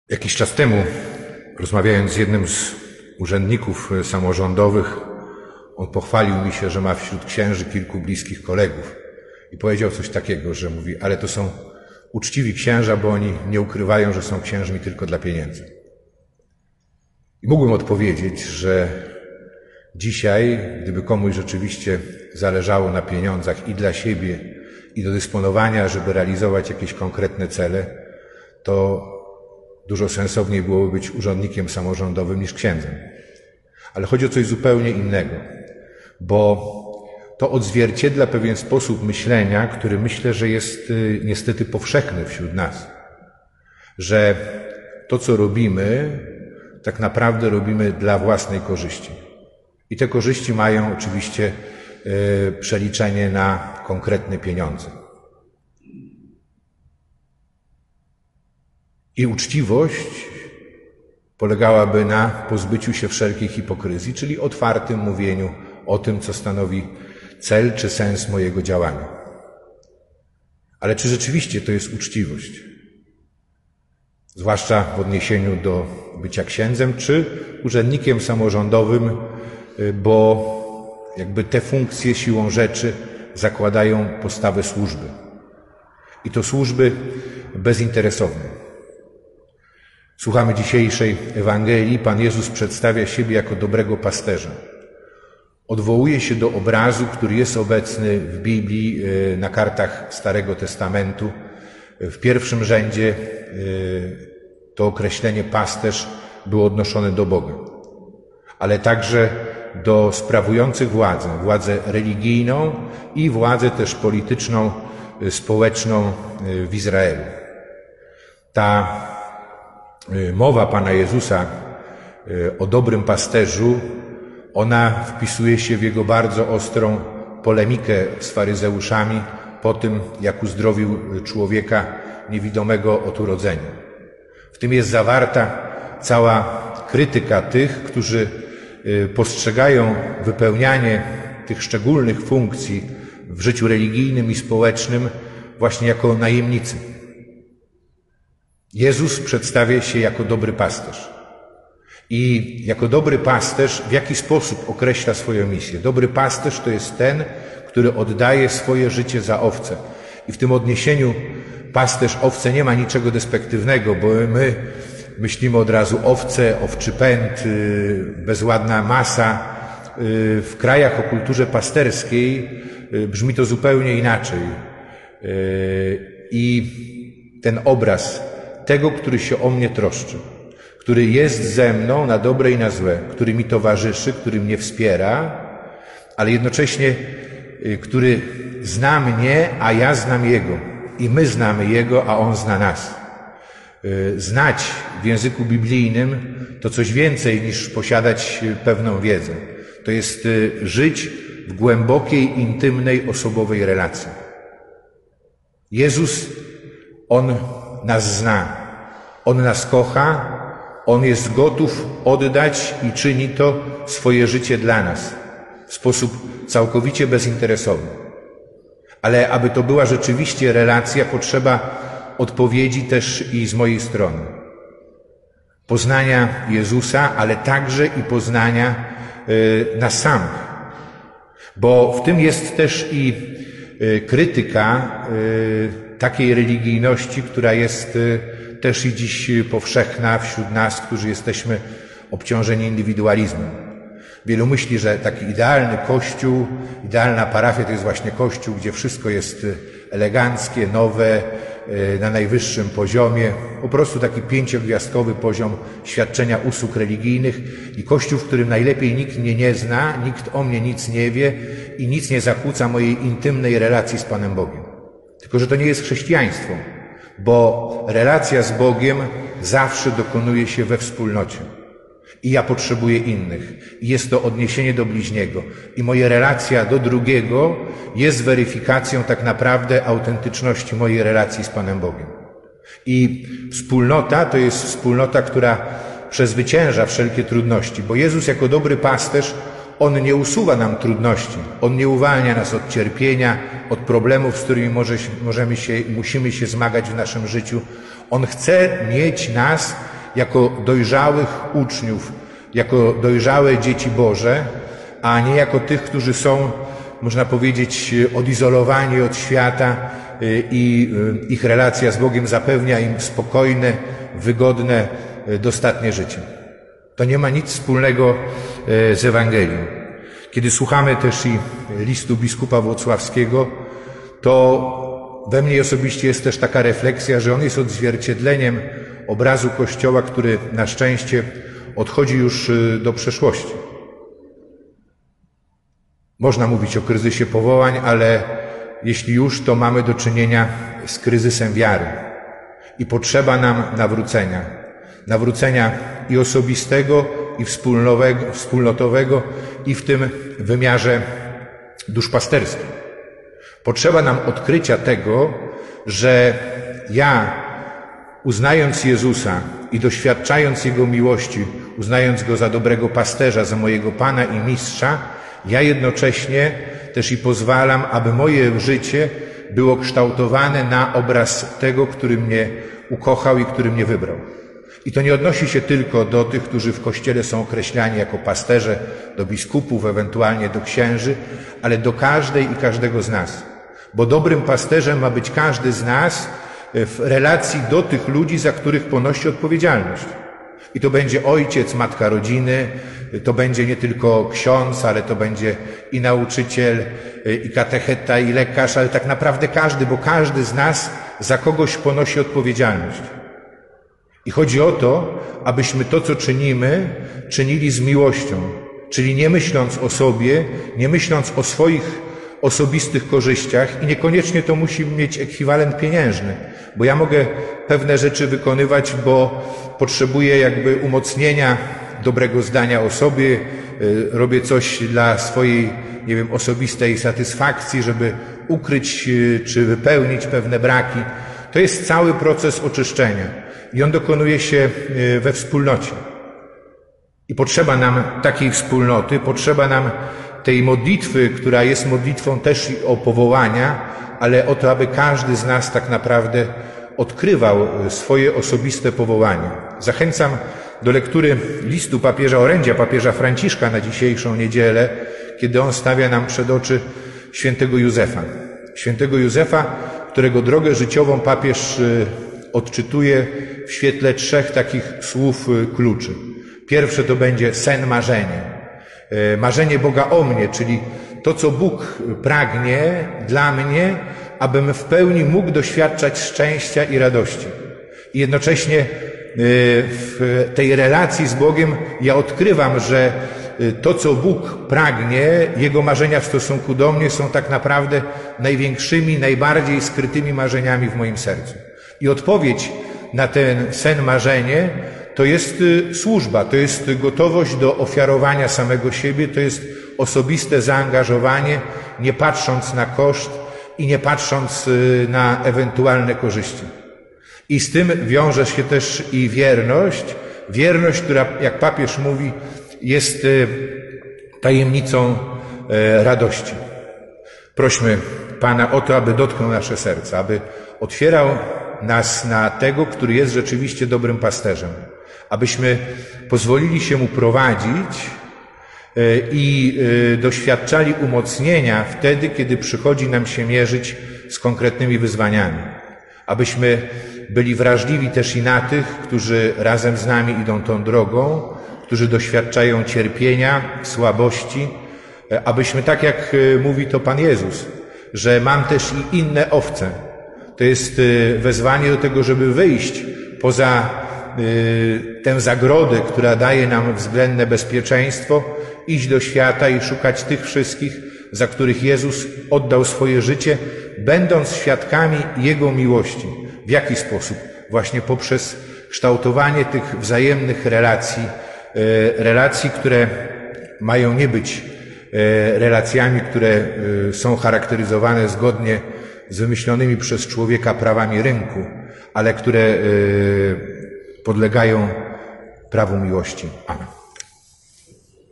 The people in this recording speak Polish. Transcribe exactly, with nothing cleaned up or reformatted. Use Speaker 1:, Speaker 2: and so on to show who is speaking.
Speaker 1: Jakiś czas temu, rozmawiając z jednym z urzędników samorządowych, on pochwalił mi się, że ma wśród księży kilku bliskich kolegów i powiedział coś takiego, że mówi, ale to są uczciwi księża, bo oni nie ukrywają, że są księżmi tylko dla pieniędzy. I mógłbym odpowiedzieć, że dzisiaj, gdyby komuś rzeczywiście zależało na pieniądzach i dla siebie, i do dysponowania, żeby realizować jakieś konkretne cele, to dużo sensowniej byłoby być urzędnikiem samorządowym niż księdzem. Ale chodzi o coś zupełnie innego, bo to odzwierciedla pewien sposób myślenia, który myślę, że jest niestety powszechny wśród nas. Że to, co robimy, tak naprawdę robimy dla własnej korzyści. I te korzyści mają oczywiście yy, przeliczenie na konkretne pieniądze. I uczciwość polegałaby na pozbyciu się wszelkiej hipokryzji, czyli otwartym mówieniu o tym, co stanowi cel czy sens mojego działania. Ale czy rzeczywiście to jest uczciwość? Zwłaszcza w odniesieniu do bycia księdzem czy urzędnikiem samorządowym, bo jakby te funkcje siłą rzeczy zakładają postawę służby. I to służby bezinteresownej. Słuchamy dzisiejszej Ewangelii. Pan Jezus przedstawia siebie jako dobrego pasterza. Odwołuje się do obrazu, który jest obecny w Biblii, na kartach Starego Testamentu. W pierwszym rzędzie to określenie pasterz było odnoszone do Boga, ale także do sprawujących władzę, władzę religijną i władzę też polityczną, społeczną w Izraelu. Ta mowa Pana Jezusa o dobrym pasterzu, ona wpisuje się w jego bardzo ostrą polemikę z faryzeuszami po tym, jak uzdrowił człowieka niewidomego od urodzenia. W tym jest zawarta cała krytyka tych, którzy postrzegają wypełnianie tych szczególnych funkcji w życiu religijnym i społecznym właśnie jako najemnicy. Jezus przedstawia się jako dobry pasterz. I jako dobry pasterz w jaki sposób określa swoją misję? Dobry pasterz to jest ten, który oddaje swoje życie za owce. I w tym odniesieniu pasterz, owce nie ma niczego despektywnego, bo my myślimy od razu owce, owczy pęd, bezładna masa. W krajach o kulturze pasterskiej brzmi to zupełnie inaczej. I ten obraz tego, który się o mnie troszczy, który jest ze mną na dobre i na złe, który mi towarzyszy, który mnie wspiera, ale jednocześnie który zna mnie, a ja znam Jego. I my znamy Jego, a On zna nas. Znać w języku biblijnym to coś więcej niż posiadać pewną wiedzę. To jest żyć w głębokiej, intymnej, osobowej relacji. Jezus, On nas zna. On nas kocha. On jest gotów oddać i czyni to swoje życie dla nas w sposób całkowicie bezinteresowny. Ale aby to była rzeczywiście relacja, potrzeba odpowiedzi też i z mojej strony. Poznania Jezusa, ale także i poznania y, nas samych. Bo w tym jest też i y, krytyka y, takiej religijności, która jest y, też i dziś powszechna wśród nas, którzy jesteśmy obciążeni indywidualizmem. Wielu myśli, że taki idealny kościół, idealna parafia to jest właśnie kościół, gdzie wszystko jest eleganckie, nowe, na najwyższym poziomie. Po prostu taki pięciogwiazdkowy poziom świadczenia usług religijnych i kościół, w którym najlepiej nikt mnie nie zna, nikt o mnie nic nie wie i nic nie zakłóca mojej intymnej relacji z Panem Bogiem. Tylko że to nie jest chrześcijaństwo, bo relacja z Bogiem zawsze dokonuje się we wspólnocie. I ja potrzebuję innych. I jest to odniesienie do bliźniego. I moja relacja do drugiego jest weryfikacją tak naprawdę autentyczności mojej relacji z Panem Bogiem. I wspólnota to jest wspólnota, która przezwycięża wszelkie trudności, bo Jezus jako dobry pasterz, On nie usuwa nam trudności. On nie uwalnia nas od cierpienia, od problemów, z którymi może, możemy się, musimy się zmagać w naszym życiu. On chce mieć nas jako dojrzałych uczniów, jako dojrzałe dzieci Boże, a nie jako tych, którzy są, można powiedzieć, odizolowani od świata i ich relacja z Bogiem zapewnia im spokojne, wygodne, dostatnie życie. To nie ma nic wspólnego z Ewangelią. Kiedy słuchamy też i listu biskupa włocławskiego, to we mnie osobiście jest też taka refleksja, że on jest odzwierciedleniem obrazu Kościoła, który na szczęście odchodzi już do przeszłości. Można mówić o kryzysie powołań, ale jeśli już, to mamy do czynienia z kryzysem wiary. I potrzeba nam nawrócenia. Nawrócenia i osobistego, i wspólnotowego, i w tym wymiarze duszpasterskim. Potrzeba nam odkrycia tego, że ja, uznając Jezusa i doświadczając Jego miłości, uznając Go za dobrego pasterza, za mojego Pana i Mistrza, ja jednocześnie też i pozwalam, aby moje życie było kształtowane na obraz tego, który mnie ukochał i który mnie wybrał. I to nie odnosi się tylko do tych, którzy w Kościele są określani jako pasterze, do biskupów, ewentualnie do księży, ale do każdej i każdego z nas. Bo dobrym pasterzem ma być każdy z nas w relacji do tych ludzi, za których ponosi odpowiedzialność. I to będzie ojciec, matka rodziny, to będzie nie tylko ksiądz, ale to będzie i nauczyciel, i katecheta, i lekarz, ale tak naprawdę każdy, bo każdy z nas za kogoś ponosi odpowiedzialność. I chodzi o to, abyśmy to, co czynimy, czynili z miłością, czyli nie myśląc o sobie, nie myśląc o swoich osobistych korzyściach i niekoniecznie to musi mieć ekwiwalent pieniężny, bo ja mogę pewne rzeczy wykonywać, bo potrzebuję jakby umocnienia dobrego zdania o sobie, robię coś dla swojej, nie wiem, osobistej satysfakcji, żeby ukryć czy wypełnić pewne braki. To jest cały proces oczyszczenia i on dokonuje się we wspólnocie. I potrzeba nam takiej wspólnoty, potrzeba nam tej modlitwy, która jest modlitwą też o powołania, ale o to, aby każdy z nas tak naprawdę odkrywał swoje osobiste powołanie. Zachęcam do lektury listu papieża orędzia, papieża Franciszka na dzisiejszą niedzielę, kiedy on stawia nam przed oczy świętego Józefa. Świętego Józefa, którego drogę życiową papież odczytuje w świetle trzech takich słów kluczy. Pierwsze to będzie sen marzenie. Marzenie Boga o mnie, czyli to, co Bóg pragnie dla mnie, abym w pełni mógł doświadczać szczęścia i radości. I jednocześnie w tej relacji z Bogiem ja odkrywam, że to, co Bóg pragnie, Jego marzenia w stosunku do mnie są tak naprawdę największymi, najbardziej skrytymi marzeniami w moim sercu. I odpowiedź na ten sen marzenie to jest służba, to jest gotowość do ofiarowania samego siebie, to jest osobiste zaangażowanie, nie patrząc na koszt i nie patrząc na ewentualne korzyści. I z tym wiąże się też i wierność, wierność, która, jak papież mówi, jest tajemnicą radości. Prośmy Pana o to, aby dotknął nasze serca, aby otwierał nas na tego, który jest rzeczywiście dobrym pasterzem, abyśmy pozwolili się Mu prowadzić i doświadczali umocnienia wtedy, kiedy przychodzi nam się mierzyć z konkretnymi wyzwaniami. Abyśmy byli wrażliwi też i na tych, którzy razem z nami idą tą drogą, którzy doświadczają cierpienia, słabości, abyśmy, tak jak mówi to Pan Jezus, że mam też i inne owce. To jest wezwanie do tego, żeby wyjść poza tę zagrodę, która daje nam względne bezpieczeństwo, iść do świata i szukać tych wszystkich, za których Jezus oddał swoje życie, będąc świadkami Jego miłości. W jaki sposób? Właśnie poprzez kształtowanie tych wzajemnych relacji, relacji, które mają nie być relacjami, które są charakteryzowane zgodnie z wymyślonymi przez człowieka prawami rynku, ale które podlegają prawu miłości. Amen.